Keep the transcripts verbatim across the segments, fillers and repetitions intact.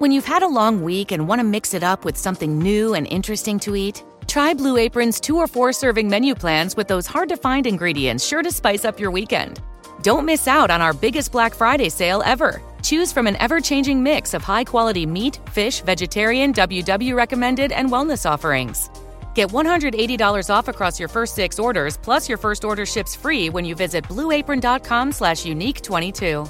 When you've had a long week and want to mix it up with something new and interesting to eat, try Blue Apron's two or four serving menu plans with those hard-to-find ingredients sure to spice up your weekend. Don't miss out on our biggest Black Friday sale ever. Choose from an ever-changing mix of high-quality meat, fish, vegetarian, W W recommended, and wellness offerings. Get one hundred eighty dollars off across your first six orders, plus your first order ships free when you visit blueapron.com slash unique 22.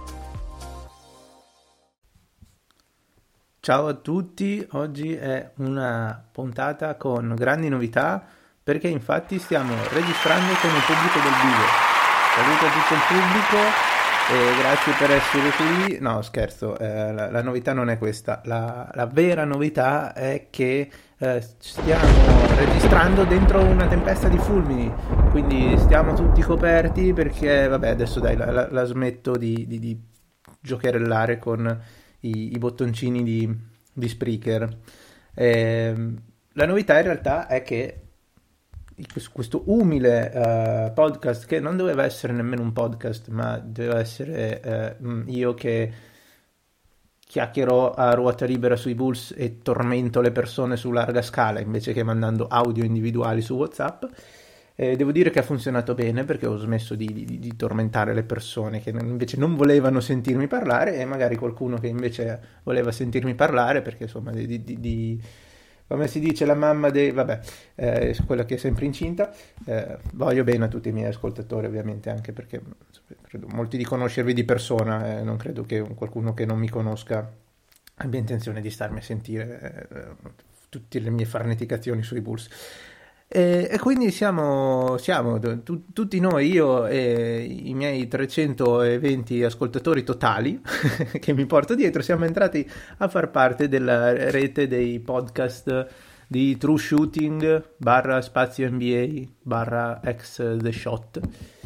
Ciao a tutti, oggi è una puntata con grandi novità perché infatti stiamo registrando con il pubblico del vivo. Saluto a tutto il pubblico e grazie per essere qui. No, scherzo, eh, la, la novità non è questa. La, la vera novità è che eh, stiamo registrando dentro una tempesta di fulmini, quindi stiamo tutti coperti perché, vabbè, adesso dai, la, la, la smetto di, di, di giocherellare con i, i bottoncini di, di Spreaker. Eh, la novità in realtà è che questo umile uh, podcast, che non doveva essere nemmeno un podcast, ma doveva essere uh, io che chiacchiero a ruota libera sui Bulls e tormento le persone su larga scala invece che mandando audio individuali su WhatsApp. Eh, devo dire che ha funzionato bene perché ho smesso di, di, di tormentare le persone che non, invece non volevano sentirmi parlare, e magari qualcuno che invece voleva sentirmi parlare perché insomma di, di, di come si dice la mamma dei, vabbè, eh, quella che è sempre incinta. Eh, voglio bene a tutti i miei ascoltatori, ovviamente, anche perché credo molti di conoscervi di persona, eh, non credo che qualcuno che non mi conosca abbia intenzione di starmi a sentire eh, tutte le mie farneticazioni sui Bulls. E, e quindi siamo, siamo tu, tutti noi, io e i miei trecentoventi ascoltatori totali che mi porto dietro, siamo entrati a far parte della rete dei podcast di True Shooting barra Spazio N B A barra ex The Shot.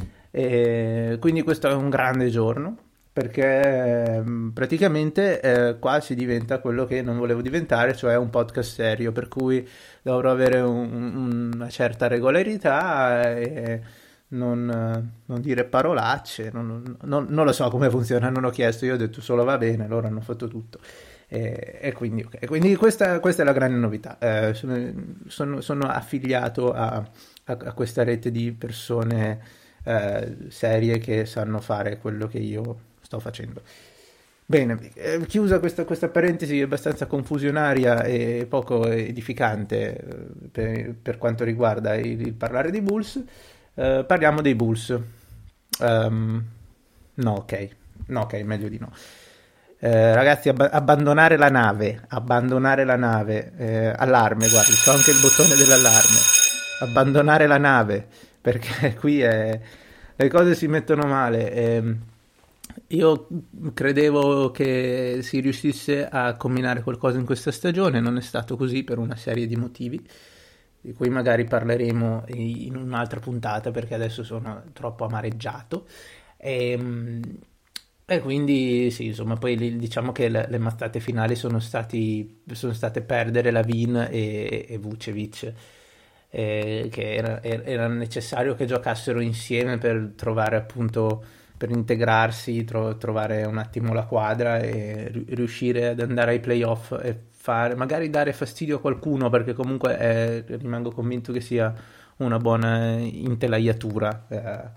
E quindi questo è un grande giorno perché praticamente eh, qua si diventa quello che non volevo diventare, cioè un podcast serio, per cui dovrò avere un, una certa regolarità e non, non dire parolacce, non, non, non lo so come funziona, non ho chiesto, io ho detto solo va bene, loro hanno fatto tutto. E, e quindi, okay. quindi questa, questa è la grande novità. Eh, sono, sono, sono affiliato a, a, a questa rete di persone eh, serie che sanno fare quello che io sto facendo. Bene, eh, chiusa questa, questa parentesi abbastanza confusionaria e poco edificante eh, per, per quanto riguarda il, il parlare dei Bulls, eh, parliamo dei Bulls. Um, no, ok, no, ok, meglio di no. Eh, ragazzi, ab- abbandonare la nave, abbandonare la nave, eh, allarme, guardi, c'ho anche il bottone dell'allarme, abbandonare la nave, perché qui è, le cose si mettono male. Eh, io credevo che si riuscisse a combinare qualcosa in questa stagione, non è stato così per una serie di motivi, di cui magari parleremo in un'altra puntata, perché adesso sono troppo amareggiato. E... E quindi sì, insomma, poi diciamo che le, le mazzate finali sono stati sono state perdere Lavin e, e Vucevic, eh, che era, era necessario che giocassero insieme per trovare appunto, per integrarsi, tro, trovare un attimo la quadra e riuscire ad andare ai playoff e fare, magari dare fastidio a qualcuno, perché comunque è, rimango convinto che sia una buona intelaiatura. Eh,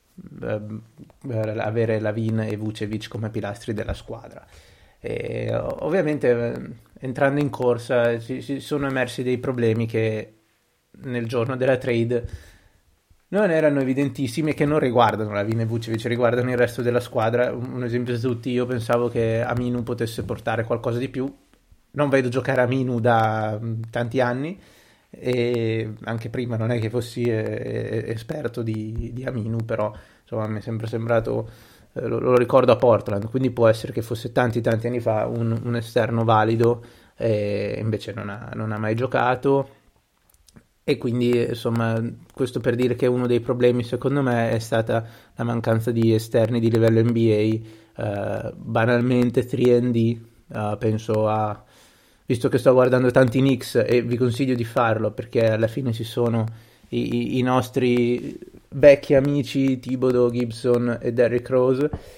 avere Lavin e Vucevic come pilastri della squadra. E ovviamente entrando in corsa ci, ci sono emersi dei problemi che nel giorno della trade non erano evidentissimi e che non riguardano Lavin e Vucevic, riguardano il resto della squadra. Un esempio su tutti: io pensavo che Aminu potesse portare qualcosa di più, non vedo giocare Aminu da tanti anni e anche prima non è che fossi eh, esperto di, di Aminu, però insomma mi è sempre sembrato, eh, lo, lo ricordo a Portland, quindi può essere che fosse tanti tanti anni fa un, un esterno valido, e invece non ha, non ha mai giocato. E quindi insomma questo per dire che uno dei problemi secondo me è stata la mancanza di esterni di livello N B A, eh, banalmente tre and D. Uh, penso a, visto che sto guardando tanti Knicks, e vi consiglio di farlo perché alla fine ci sono i, i nostri vecchi amici Thibodeau, Gibson e Derrick Rose,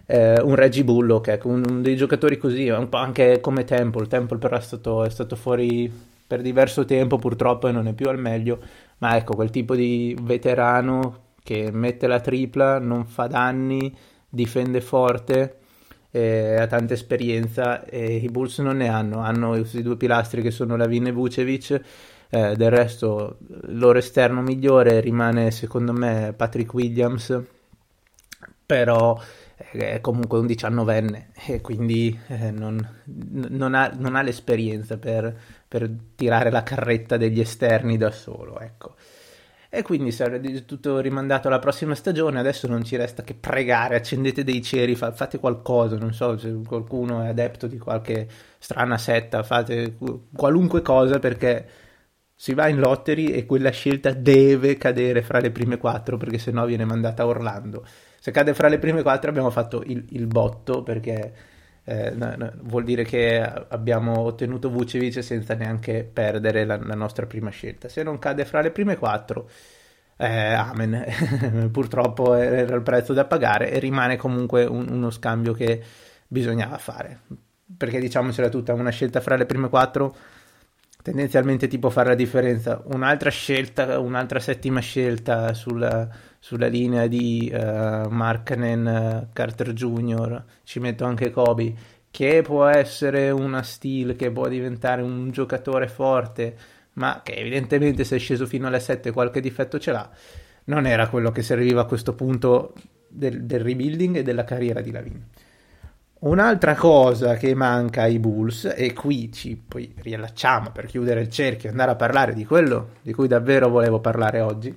eh, un Reggie Bullock, ecco, un, un dei giocatori così, un po' anche come Temple. Temple però è stato, è stato fuori per diverso tempo purtroppo e non è più al meglio, ma ecco, quel tipo di veterano che mette la tripla, non fa danni, difende forte, eh, ha tanta esperienza, e i Bulls non ne hanno, hanno questi due pilastri che sono Lavin e Vucevic. Eh, del resto il loro esterno migliore rimane secondo me Patrick Williams, però è comunque un diciannovenne e quindi eh, non, non, ha, non ha l'esperienza per, per tirare la carretta degli esterni da solo, ecco. E quindi sarà tutto rimandato alla prossima stagione. Adesso non ci resta che pregare, accendete dei ceri, fa, fate qualcosa, non so se qualcuno è adepto di qualche strana setta, fate qualunque cosa, perché si va in lottery e quella scelta deve cadere fra le prime quattro, perché sennò viene mandata a Orlando. Se cade fra le prime quattro abbiamo fatto il, il botto, perché eh, no, no, vuol dire che abbiamo ottenuto Vucevic senza neanche perdere la, la nostra prima scelta. Se non cade fra le prime quattro, eh, amen. Purtroppo era il prezzo da pagare e rimane comunque un, uno scambio che bisognava fare, perché diciamocela tutta, una scelta fra le prime quattro tendenzialmente ti può fare la differenza. Un'altra scelta, un'altra settima scelta sulla, sulla linea di uh, Markkanen, uh, Carter Junior, ci metto anche Kobe, che può essere una steal, che può diventare un giocatore forte, ma che evidentemente se è sceso fino alle sette qualche difetto ce l'ha. Non era quello che serviva a questo punto del, del rebuilding e della carriera di Lavin. Un'altra cosa che manca ai Bulls, e qui ci poi riallacciamo per chiudere il cerchio e andare a parlare di quello di cui davvero volevo parlare oggi,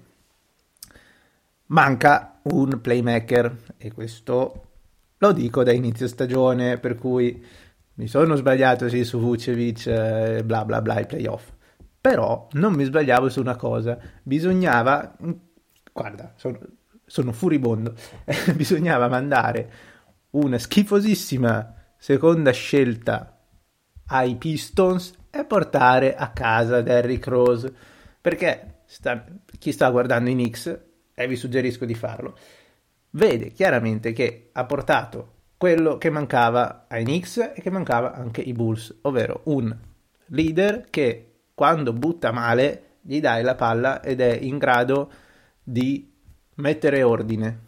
manca un playmaker, e questo lo dico da inizio stagione, per cui mi sono sbagliato sì su Vucevic e eh, bla bla bla i playoff, però non mi sbagliavo su una cosa: bisognava, guarda, sono, sono furibondo, bisognava mandare una schifosissima seconda scelta ai Pistons e portare a casa Derrick Rose, perché sta, chi sta guardando i Knicks, e vi suggerisco di farlo, vede chiaramente che ha portato quello che mancava ai Knicks e che mancava anche ai Bulls, ovvero un leader che quando butta male gli dai la palla ed è in grado di mettere ordine.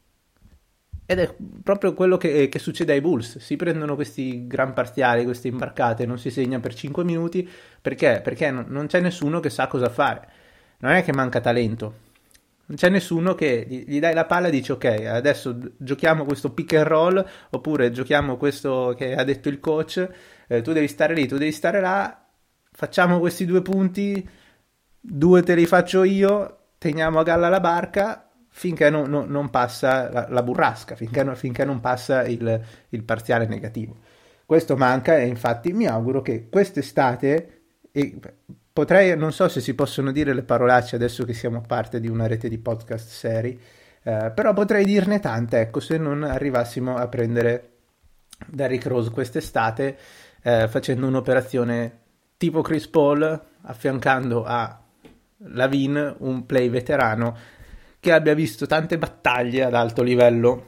Ed è proprio quello che, che succede ai Bulls. Si prendono questi gran parziali, queste imbarcate, non si segna per cinque minuti, perché? Perché non, non c'è nessuno che sa cosa fare. Non è che manca talento, non c'è nessuno che gli, gli dai la palla e dice ok, adesso giochiamo questo pick and roll, oppure giochiamo questo che ha detto il coach, eh, tu devi stare lì, tu devi stare là, facciamo questi due punti, due te li faccio io, teniamo a galla la barca finché non, non, non passa la, la burrasca, finché, no, finché non passa il, il parziale negativo. Questo manca, e infatti mi auguro che quest'estate, e potrei, non so se si possono dire le parolacce adesso che siamo parte di una rete di podcast seri, eh, però potrei dirne tante, ecco, se non arrivassimo a prendere Derrick Rose quest'estate, eh, facendo un'operazione tipo Chris Paul, affiancando a Lavin un play veterano che abbia visto tante battaglie ad alto livello.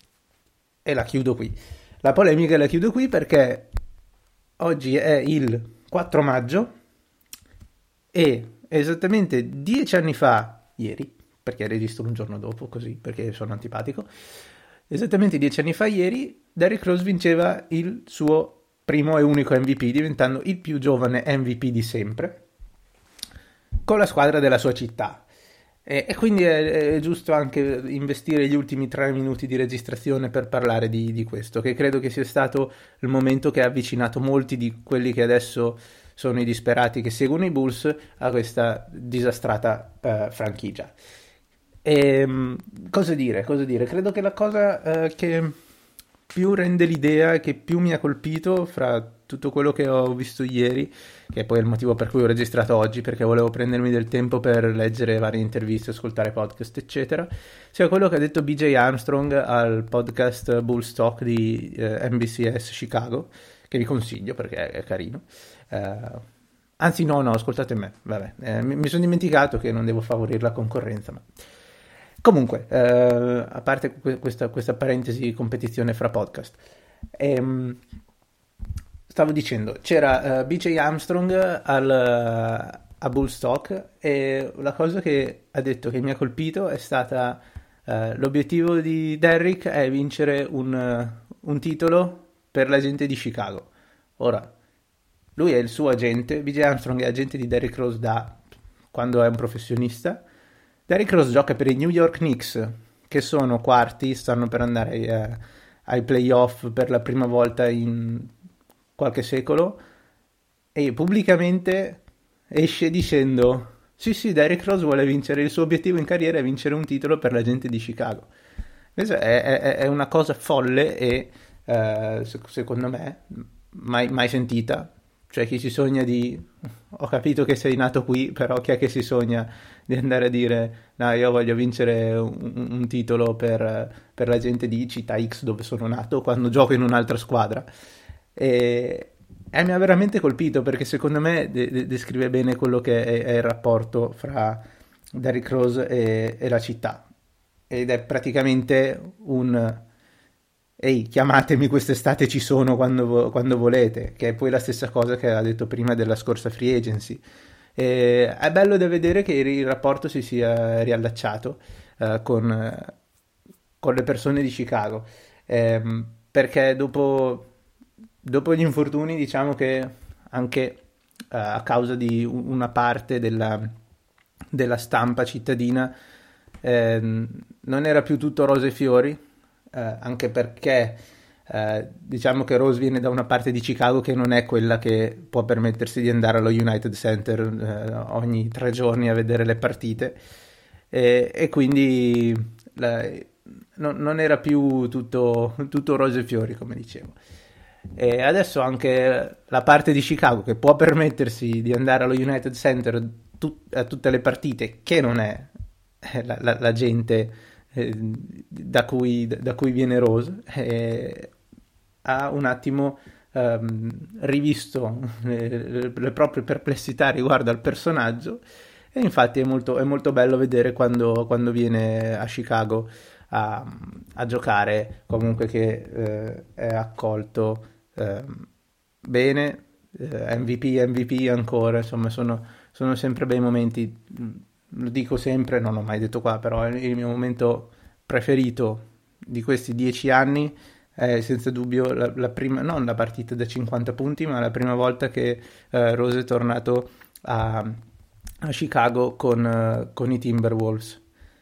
E la chiudo qui. La polemica la chiudo qui perché oggi è il quattro maggio e esattamente dieci anni fa, ieri, perché registro un giorno dopo, così, perché sono antipatico, esattamente dieci anni fa ieri, Derrick Rose vinceva il suo primo e unico M V P, diventando il più giovane M V P di sempre, con la squadra della sua città. E, e quindi è, è giusto anche investire gli ultimi tre minuti di registrazione per parlare di, di questo, che credo che sia stato il momento che ha avvicinato molti di quelli che adesso sono i disperati che seguono i Bulls a questa disastrata uh, franchigia. E, um, cosa dire? Cosa dire? Credo che la cosa uh, che più rende l'idea, che più mi ha colpito fra tutto quello che ho visto ieri, che è poi il motivo per cui ho registrato oggi, perché volevo prendermi del tempo per leggere varie interviste, ascoltare podcast, eccetera, sia quello che ha detto B J Armstrong al podcast Bulls Talk di eh, N B C S Chicago, che vi consiglio perché è carino. Uh, anzi no, no, ascoltate me, vabbè, eh, mi, mi sono dimenticato che non devo favorire la concorrenza, ma... Comunque, eh, a parte questa, questa parentesi competizione fra podcast, ehm, stavo dicendo, c'era uh, B J Armstrong al, a Bullstock, e la cosa che ha detto che mi ha colpito è stata uh, l'obiettivo di Derrick è vincere un, uh, un titolo per la gente di Chicago. Ora, lui è il suo agente, B J Armstrong è agente di Derrick Rose da quando è un professionista. Derrick Rose gioca per i New York Knicks, che sono quarti, stanno per andare eh, ai playoff per la prima volta in qualche secolo, e pubblicamente esce dicendo sì sì, Derrick Rose vuole vincere, il suo obiettivo in carriera è vincere un titolo per la gente di Chicago. Questa è, è, è una cosa folle e eh, secondo me mai, mai sentita. Cioè, chi si sogna di... Ho capito che sei nato qui, però chi è che si sogna di andare a dire no, io voglio vincere un, un titolo per, per la gente di città X dove sono nato, quando gioco in un'altra squadra. E, e mi ha veramente colpito, perché secondo me de- de- descrive bene quello che è, è il rapporto fra Derrick Rose e, e la città. Ed è praticamente un... ehi, chiamatemi quest'estate, ci sono quando, quando volete, che è poi la stessa cosa che aveva detto prima della scorsa free agency. E è bello da vedere che il rapporto si sia riallacciato uh, con, con le persone di Chicago, ehm, perché dopo, dopo gli infortuni, diciamo che anche uh, a causa di una parte della, della stampa cittadina ehm, non era più tutto rose e fiori. Uh, anche perché uh, diciamo che Rose viene da una parte di Chicago che non è quella che può permettersi di andare allo United Center uh, ogni tre giorni a vedere le partite, e, e quindi la, no, non era più tutto, tutto rose e fiori, come dicevo. E adesso anche la parte di Chicago che può permettersi di andare allo United Center tut- a tutte le partite, che non è la, la, la gente Da cui, da cui viene Rose, eh, ha un attimo ehm, rivisto le, le proprie perplessità riguardo al personaggio, e infatti è molto, è molto bello vedere quando, quando viene a Chicago a, a giocare, comunque che eh, è accolto eh, bene, eh, M V P, M V P ancora, insomma sono, sono sempre bei momenti. Lo dico sempre, non l'ho mai detto qua, però è il mio momento preferito di questi dieci anni è senza dubbio la, la prima, non la partita da cinquanta punti, ma la prima volta che uh, Rose è tornato a, a Chicago con, uh, con i Timberwolves.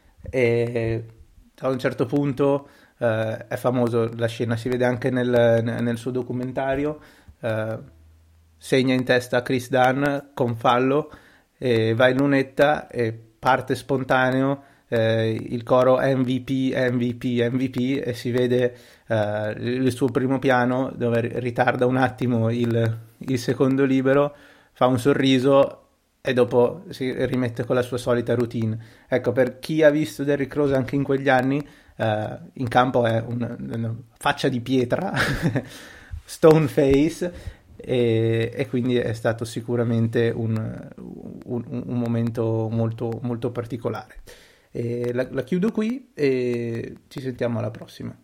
E a un certo punto uh, è famoso la scena, si vede anche nel, nel suo documentario, uh, segna in testa a Chris Dunn con fallo, e va in lunetta e parte spontaneo eh, il coro M V P, M V P, M V P, e si vede eh, il suo primo piano dove ritarda un attimo il, il secondo libero, fa un sorriso e dopo si rimette con la sua solita routine. Ecco, per chi ha visto Derrick Rose anche in quegli anni, eh, in campo è una, una faccia di pietra, stone face, E, e quindi è stato sicuramente un, un, un momento molto, molto particolare. E la, la chiudo qui e ci sentiamo alla prossima.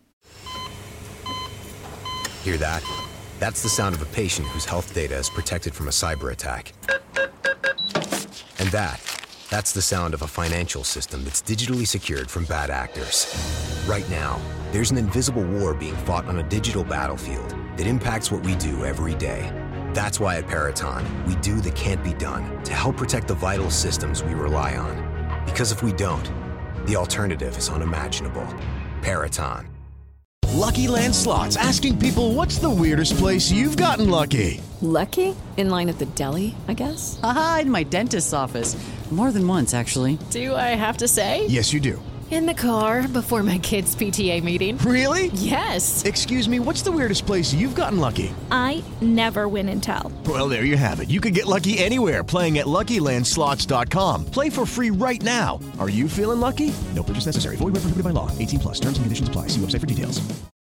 Hear that? That's the sound of a patient whose health data is protected from a cyber attack. And that, that's the sound of a financial system that's digitally secured from bad actors. Right now, there's an invisible war being fought on a digital battlefield that impacts what we do every day. That's why at Peraton, we do the can't be done to help protect the vital systems we rely on. Because if we don't, the alternative is unimaginable. Peraton. Lucky Land Slots, asking people, what's the weirdest place you've gotten lucky? Lucky? In line at the deli, I guess? Aha, in my dentist's office. More than once, actually. Do I have to say? Yes, you do. In the car before my kids' P T A meeting. Really? Yes. Excuse me, what's the weirdest place you've gotten lucky? I never win and tell. Well, there you have it. You can get lucky anywhere, playing at Lucky Land Slots dot com. Play for free right now. Are you feeling lucky? No purchase necessary. Void where prohibited by law. eighteen plus. Terms and conditions apply. See website for details.